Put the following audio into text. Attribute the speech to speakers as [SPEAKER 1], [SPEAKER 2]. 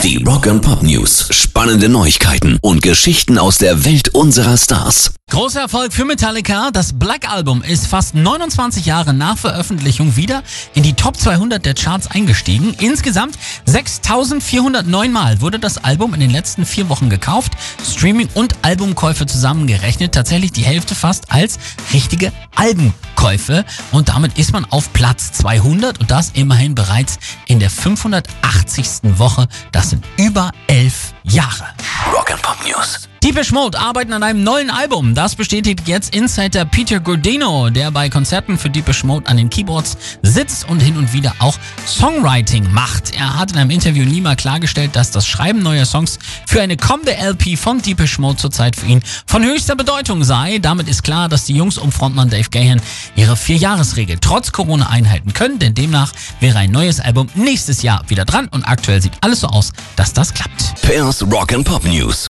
[SPEAKER 1] Die Rock & Pop News. Spannende Neuigkeiten und Geschichten aus der Welt unserer Stars.
[SPEAKER 2] Großer Erfolg für Metallica. Das Black Album ist fast 29 Jahre nach Veröffentlichung wieder in die Top 200 der Charts eingestiegen. Insgesamt 6.409 Mal wurde das Album in den letzten 4 Wochen gekauft. Streaming- und Albumkäufe zusammengerechnet. Tatsächlich die Hälfte fast als richtige Albenkäufe. Und damit ist man auf Platz 200 und das immerhin bereits in der 580. Woche. Das sind über 11 Jahre.
[SPEAKER 1] Rock & Pop News.
[SPEAKER 2] Depeche Mode arbeiten an einem neuen Album. Das bestätigt jetzt Insider Peter Gordino, der bei Konzerten für Depeche Mode an den Keyboards sitzt und hin und wieder auch Songwriting macht. Er hat in einem Interview in Lima klargestellt, dass das Schreiben neuer Songs für eine kommende LP von Depeche Mode zurzeit für ihn von höchster Bedeutung sei. Damit ist klar, dass die Jungs um Frontmann Dave Gahan ihre 4-Jahres-Regel trotz Corona einhalten können, denn demnach wäre ein neues Album nächstes Jahr wieder dran und aktuell sieht alles so aus, dass das klappt.
[SPEAKER 1] Pairs Rock & Pop News.